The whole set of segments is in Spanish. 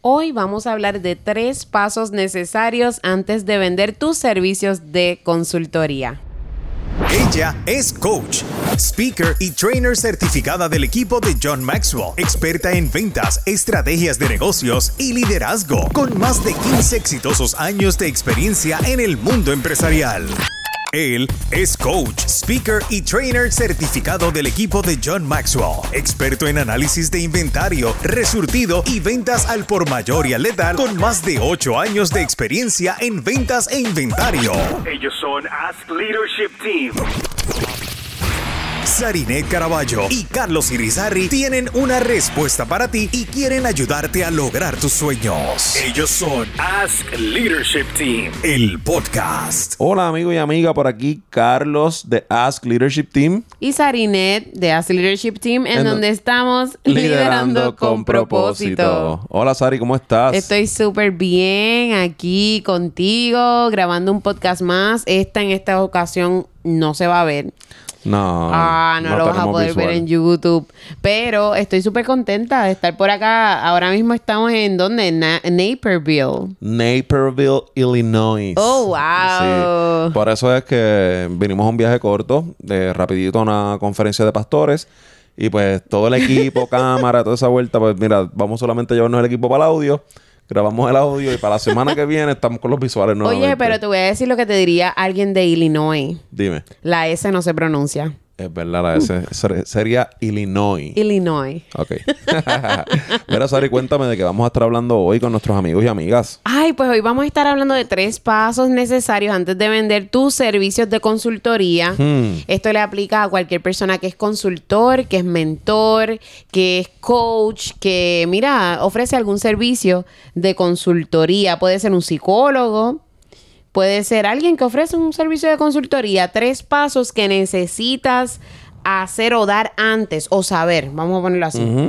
Hoy vamos a hablar de 3 pasos necesarios antes de vender tus servicios de consultoría. Ella es coach, speaker y trainer certificada del equipo de John Maxwell, experta en ventas, estrategias de negocios y liderazgo, con más de 15 exitosos años de experiencia en el mundo empresarial. Él es coach, speaker y trainer certificado del equipo de John Maxwell, experto en análisis de inventario, resurtido y ventas al por mayor y al letal, con más de 8 años de experiencia en ventas e inventario. Ellos son Ask Leadership Team. Sarinet Caraballo y Carlos Irizarry tienen una respuesta para ti y quieren ayudarte a lograr tus sueños. Ellos son Ask Leadership Team. el podcast. Hola amigo y amiga, por aquí Carlos de Ask Leadership Team. Y Sarinet de Ask Leadership Team, en donde estamos liderando con propósito. Hola Sari, ¿cómo estás? Estoy súper bien aquí contigo, grabando un podcast más. En esta ocasión no se va a ver. No No lo vas a poder ver en YouTube. Pero estoy súper contenta de estar por acá. Ahora mismo estamos en ¿dónde? Naperville, Illinois. Oh, wow. Sí. Por eso es que vinimos a un viaje corto, de rapidito a una conferencia de pastores. Y pues todo el equipo, cámara, toda esa vuelta, pues mira, vamos solamente a llevarnos el equipo para el audio. Grabamos el audio y para la semana que viene estamos con los visuales nuevamente. Oye, pero te voy a decir lo que te diría alguien de Illinois. Dime. La S no se pronuncia. Es verdad, la S sería Illinois. Illinois. Ok. Mira, Sari, cuéntame de qué vamos a estar hablando hoy con nuestros amigos y amigas. Ay, pues hoy vamos a estar hablando de 3 pasos necesarios antes de vender tus servicios de consultoría. Esto le aplica a cualquier persona que es consultor, que es mentor, que es coach, que, mira, ofrece algún servicio de consultoría. Puede ser un psicólogo. Puede ser alguien que ofrece un servicio de consultoría. 3 pasos que necesitas hacer o dar antes o saber. Vamos a ponerlo así.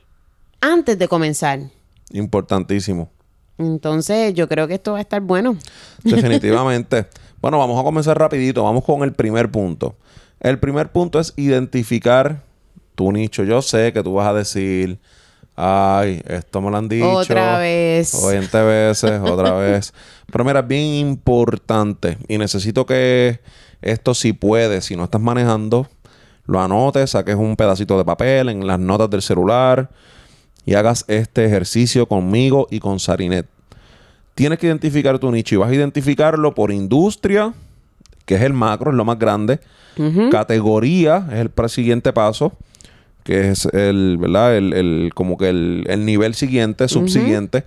Antes de comenzar. Importantísimo. Entonces, yo creo que esto va a estar bueno. Definitivamente. Bueno, vamos a comenzar rapidito. Vamos con el primer punto. El primer punto es identificar tu nicho. Yo sé que tú vas a decir... Ay, esto me lo han dicho. Otra vez. 20 veces, otra vez. Pero mira, es bien importante. Y necesito que esto, si puedes, si no estás manejando, lo anotes, saques un pedacito de papel en las notas del celular y hagas este ejercicio conmigo y con Sarinet. Tienes que identificar tu nicho y vas a identificarlo por industria, que es el macro, es lo más grande. Categoría es el siguiente paso, que es ¿verdad? Como que el nivel siguiente, subsiguiente.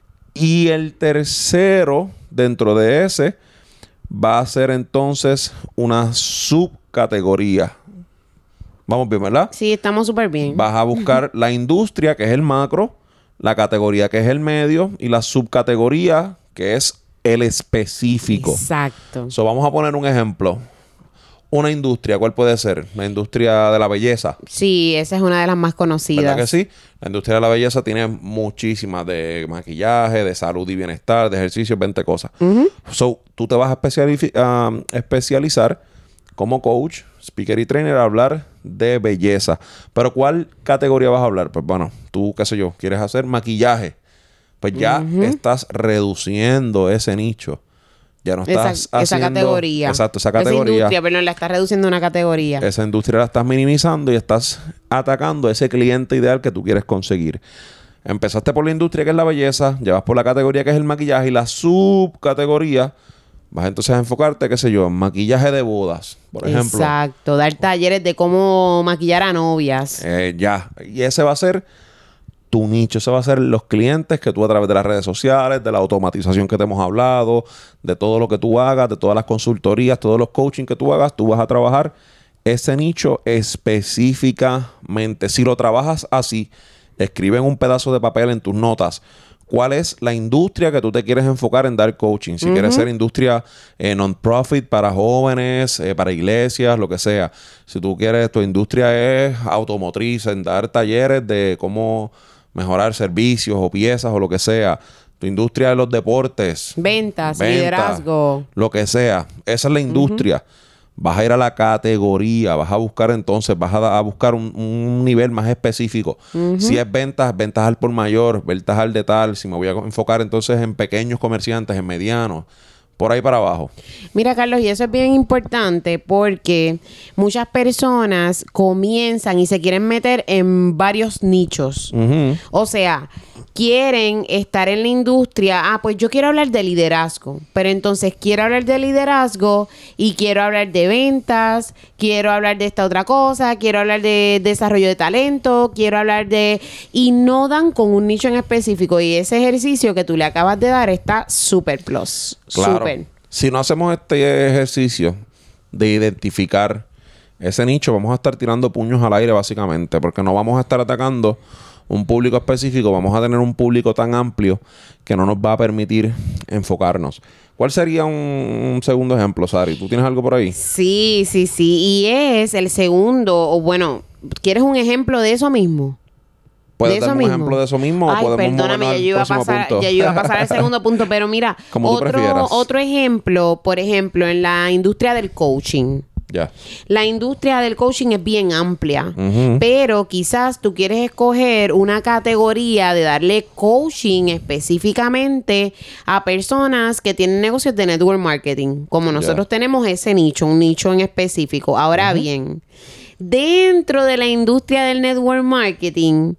Y el tercero, dentro de ese, va a ser entonces una subcategoría. Vamos bien, ¿verdad? Sí, estamos súper bien. Vas a buscar la industria, que es el macro, la categoría, que es el medio, y la subcategoría, que es el específico. Exacto. Vamos a poner un ejemplo. Una industria, ¿cuál puede ser? La industria de la belleza. Sí, esa es una de las más conocidas. ¿Verdad que sí? La industria de la belleza tiene muchísimas, de maquillaje, de salud y bienestar, de ejercicio, 20 cosas. Tú te vas a especializar como coach, speaker y trainer a hablar de belleza. Pero ¿cuál categoría vas a hablar? Pues bueno, tú, qué sé yo, quieres hacer maquillaje. Pues ya estás reduciendo ese nicho. Ya no estás haciendo... Esa categoría. Exacto, esa categoría. Esa industria, pero no la estás reduciendo a una categoría. Esa industria la estás minimizando y estás atacando a ese cliente ideal que tú quieres conseguir. Empezaste por la industria, que es la belleza. Llevas por la categoría, que es el maquillaje. Y la subcategoría, vas entonces a enfocarte, qué sé yo, en maquillaje de bodas, por ejemplo. Exacto. Dar talleres de cómo maquillar a novias. Y ese va a ser tu nicho. Ese va a ser los clientes que tú, a través de las redes sociales, de la automatización que te hemos hablado, de todo lo que tú hagas, de todas las consultorías, todos los coaching que tú hagas, tú vas a trabajar ese nicho específicamente. Si lo trabajas así, escribe en un pedazo de papel en tus notas cuál es la industria que tú te quieres enfocar en dar coaching. Si quieres ser industria non-profit para jóvenes, para iglesias, lo que sea. Si tú quieres, tu industria es automotriz, en dar talleres de cómo mejorar servicios o piezas o lo que sea. Tu industria de los deportes. Ventas, liderazgo. Lo que sea. Esa es la industria. vas a ir a la categoría, vas a buscar entonces, vas a buscar un nivel más específico. Si es ventas al por mayor, ventas al de tal. Si me voy a enfocar entonces en pequeños comerciantes, en medianos, por ahí para abajo. Mira, Carlos, y eso es bien importante porque muchas personas comienzan y se quieren meter en varios nichos. O sea, quieren estar en la industria. Pues yo quiero hablar de liderazgo, pero entonces quiero hablar de liderazgo y quiero hablar de ventas, quiero hablar de esta otra cosa, quiero hablar de desarrollo de talento, quiero hablar de... Y no dan con un nicho en específico, y ese ejercicio que tú le acabas de dar está súper plus. Claro. Súper. Si no hacemos este ejercicio de identificar ese nicho, vamos a estar tirando puños al aire básicamente, porque no vamos a estar atacando un público específico, vamos a tener un público tan amplio que no nos va a permitir enfocarnos. ¿Cuál sería un segundo ejemplo, Sari? ¿Tú tienes algo por ahí? Sí. Y es el segundo, o bueno, ¿quieres un ejemplo de eso mismo? ¿Puedes darme un ejemplo de eso mismo? Ay, o podemos perdóname, ya yo iba a pasar al segundo punto, pero mira, Como tú prefieras. otro ejemplo, por ejemplo, en la industria del coaching. Ya. La industria del coaching es bien amplia, pero quizás tú quieres escoger una categoría de darle coaching específicamente a personas que tienen negocios de network marketing, como nosotros tenemos ese nicho, un nicho en específico. Ahora bien, dentro de la industria del network marketing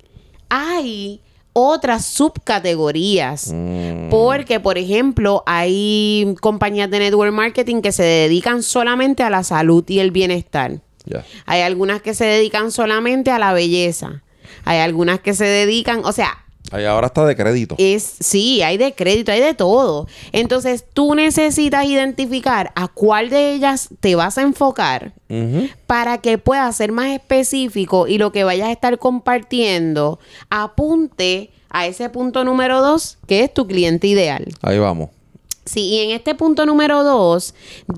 hay otras subcategorías. Porque, por ejemplo, hay compañías de network marketing que se dedican solamente a la salud y el bienestar. Hay algunas que se dedican solamente a la belleza. Hay algunas que se dedican, o sea... Ahí ahora está de crédito. Sí, hay de crédito, hay de todo. Entonces, tú necesitas identificar a cuál de ellas te vas a enfocar para que puedas ser más específico y lo que vayas a estar compartiendo apunte a ese punto número 2, que es tu cliente ideal. Ahí vamos. Sí, y en este punto número 2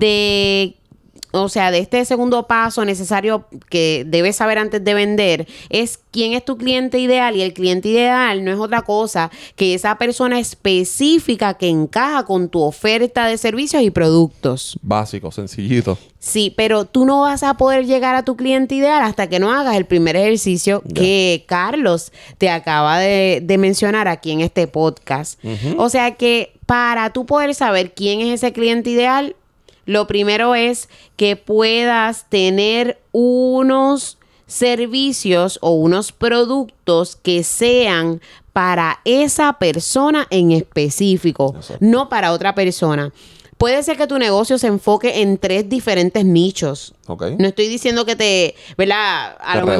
de este segundo paso necesario que debes saber antes de vender, es quién es tu cliente ideal. Y el cliente ideal no es otra cosa que esa persona específica que encaja con tu oferta de servicios y productos. Básico, sencillito. Sí, pero tú no vas a poder llegar a tu cliente ideal hasta que no hagas el primer ejercicio que Carlos te acaba de mencionar aquí en este podcast. O sea que para tú poder saber quién es ese cliente ideal, lo primero es que puedas tener unos servicios o unos productos que sean para esa persona en específico, no para otra persona. Puede ser que tu negocio se enfoque en 3 diferentes nichos. No estoy diciendo que te, ¿verdad?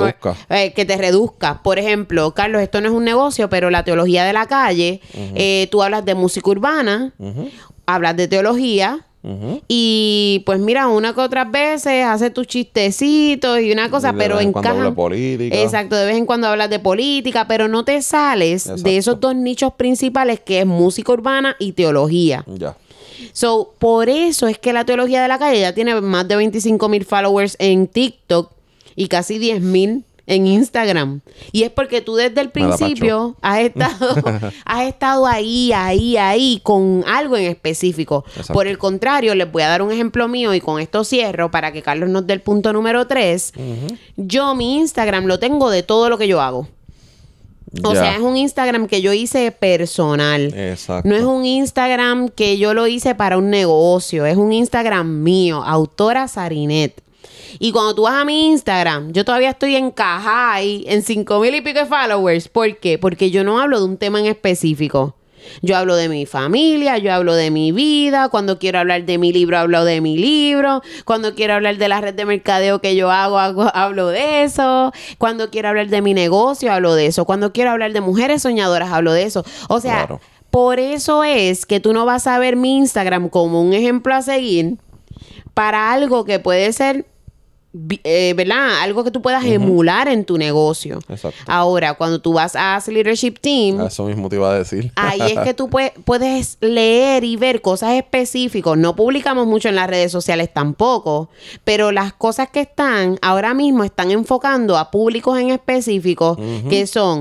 Que te reduzca. Por ejemplo, Carlos, esto no es un negocio, pero la teología de la calle, tú hablas de música urbana, hablas de teología, y pues mira, una que otras veces hace tus chistecitos y una cosa, pero encaja. Habla de política. Exacto, de vez en cuando hablas de política, pero no te sales de esos 2 nichos principales, que es música urbana y teología. Por eso es que la teología de la calle ya tiene más de 25,000 followers en TikTok y casi 10,000 en Instagram. Y es porque tú desde el principio has estado ahí con algo en específico. Por el contrario, les voy a dar un ejemplo mío y con esto cierro para que Carlos nos dé el punto número 3. Yo mi Instagram lo tengo de todo lo que yo hago. O sea, es un Instagram que yo hice personal. No es un Instagram que yo lo hice para un negocio. Es un Instagram mío, autora Sarinet. Y cuando tú vas a mi Instagram, yo todavía estoy encajada ahí en 5,000 y pico de followers. ¿Por qué? Porque yo no hablo de un tema en específico. Yo hablo de mi familia, yo hablo de mi vida. Cuando quiero hablar de mi libro, hablo de mi libro. Cuando quiero hablar de la red de mercadeo que yo hablo de eso. Cuando quiero hablar de mi negocio, hablo de eso. Cuando quiero hablar de mujeres soñadoras, hablo de eso. O sea, por eso es que tú no vas a ver mi Instagram como un ejemplo a seguir para algo que puede ser... ¿verdad? Algo que tú puedas emular en tu negocio. Ahora, cuando tú vas a Ask Leadership Team, eso mismo te iba a decir. Ahí es que tú puedes leer y ver cosas específicas. No publicamos mucho en las redes sociales tampoco, pero las cosas que están ahora mismo están enfocando a públicos en específico que son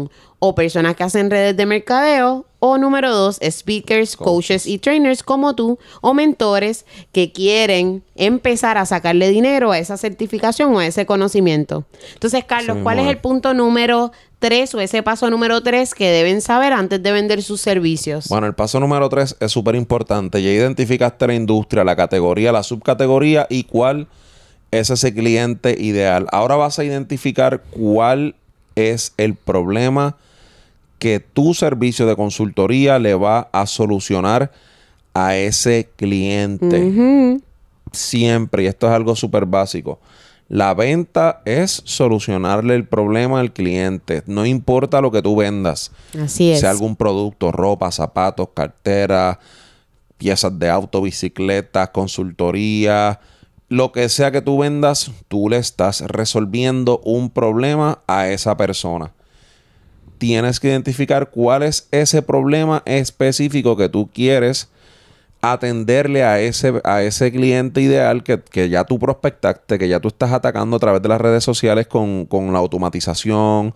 o personas que hacen redes de mercadeo, o número 2, speakers, coaches y trainers como tú, o mentores que quieren empezar a sacarle dinero a esa certificación o a ese conocimiento. Entonces, Carlos, ¿cuál es el punto número 3 o ese paso número 3 que deben saber antes de vender sus servicios? Bueno, el paso número 3 es súper importante. Ya identificaste la industria, la categoría, la subcategoría y cuál es ese cliente ideal. Ahora vas a identificar cuál es el problema que tu servicio de consultoría le va a solucionar a ese cliente. Siempre, y esto es algo súper básico. La venta es solucionarle el problema al cliente. No importa lo que tú vendas. Así es. Sea algún producto, ropa, zapatos, cartera, piezas de auto, bicicletas, consultoría. Lo que sea que tú vendas, tú le estás resolviendo un problema a esa persona. Tienes que identificar cuál es ese problema específico que tú quieres atenderle a ese cliente ideal que ya tú prospectaste, que ya tú estás atacando a través de las redes sociales con la automatización,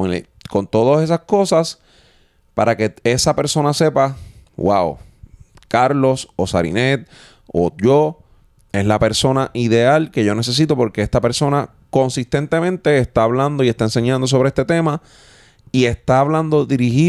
con todas esas cosas, para que esa persona sepa, wow, Carlos o Sarinet o yo es la persona ideal que yo necesito porque esta persona consistentemente está hablando y está enseñando sobre este tema y está hablando,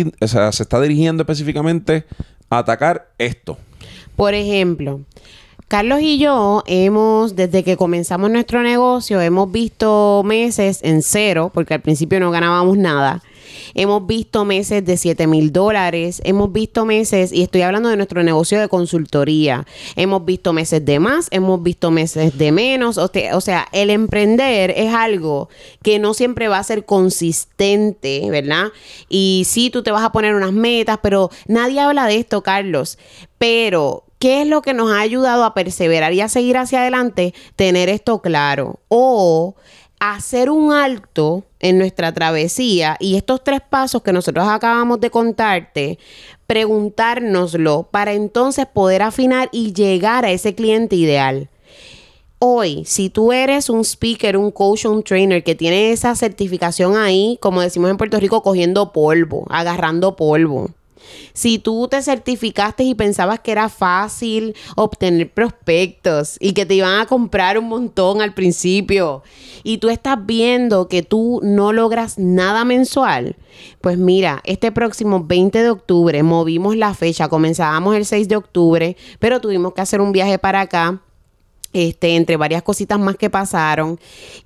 se está dirigiendo específicamente a atacar esto. Por ejemplo, Carlos y yo desde que comenzamos nuestro negocio, hemos visto meses en cero, porque al principio no ganábamos nada. Hemos visto meses de $7,000. Hemos visto meses, y estoy hablando de nuestro negocio de consultoría. Hemos visto meses de más, hemos visto meses de menos. O sea, el emprender es algo que no siempre va a ser consistente, ¿verdad? Y sí, tú te vas a poner unas metas, pero nadie habla de esto, Carlos. Pero ¿qué es lo que nos ha ayudado a perseverar y a seguir hacia adelante? Tener esto claro. O hacer un alto en nuestra travesía y estos 3 pasos que nosotros acabamos de contarte, preguntárnoslo para entonces poder afinar y llegar a ese cliente ideal. Hoy, si tú eres un speaker, un coach o un trainer que tiene esa certificación ahí, como decimos en Puerto Rico, cogiendo polvo, agarrando polvo. Si tú te certificaste y pensabas que era fácil obtener prospectos y que te iban a comprar un montón al principio y tú estás viendo que tú no logras nada mensual, pues mira, este próximo 20 de octubre movimos la fecha. Comenzábamos el 6 de octubre, pero tuvimos que hacer un viaje para acá. Entre varias cositas más que pasaron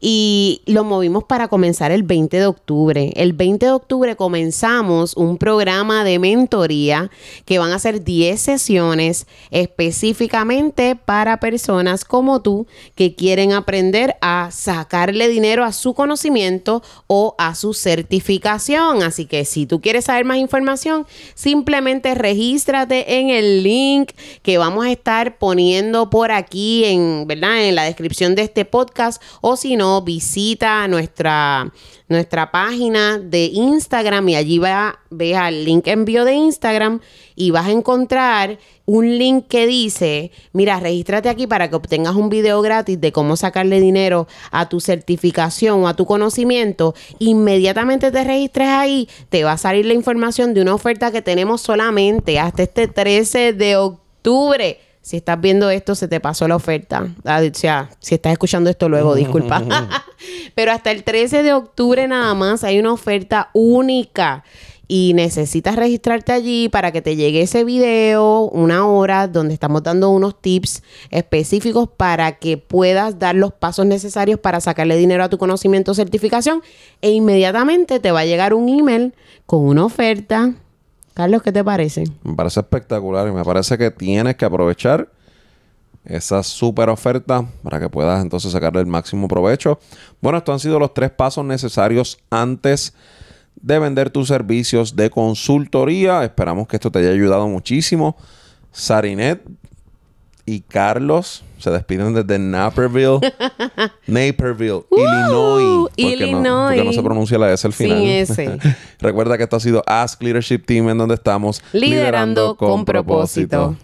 y lo movimos para comenzar el 20 de octubre. El 20 de octubre comenzamos un programa de mentoría que van a ser 10 sesiones específicamente para personas como tú que quieren aprender a sacarle dinero a su conocimiento o a su certificación. Así que si tú quieres saber más información, simplemente regístrate en el link que vamos a estar poniendo por aquí ¿verdad? En la descripción de este podcast, o si no, visita nuestra página de Instagram y allí ve al link envío de Instagram y vas a encontrar un link que dice, mira, regístrate aquí para que obtengas un video gratis de cómo sacarle dinero a tu certificación o a tu conocimiento. Inmediatamente te registres ahí, te va a salir la información de una oferta que tenemos solamente hasta este 13 de octubre. Si estás viendo esto, se te pasó la oferta. O sea, si estás escuchando esto luego, disculpa. Pero hasta el 13 de octubre nada más hay una oferta única. Y necesitas registrarte allí para que te llegue ese video, 1 hora, donde estamos dando unos tips específicos para que puedas dar los pasos necesarios para sacarle dinero a tu conocimiento o certificación. E inmediatamente te va a llegar un email con una oferta. Carlos, ¿qué te parece? Me parece espectacular y me parece que tienes que aprovechar esa súper oferta para que puedas entonces sacarle el máximo provecho. Bueno, estos han sido los 3 pasos necesarios antes de vender tus servicios de consultoría. Esperamos que esto te haya ayudado muchísimo. Sarinet y Carlos se despiden desde Naperville, Illinois. Porque no se pronuncia la S al final. Sin S. Recuerda que esto ha sido Ask Leadership Team, en donde estamos liderando con propósito.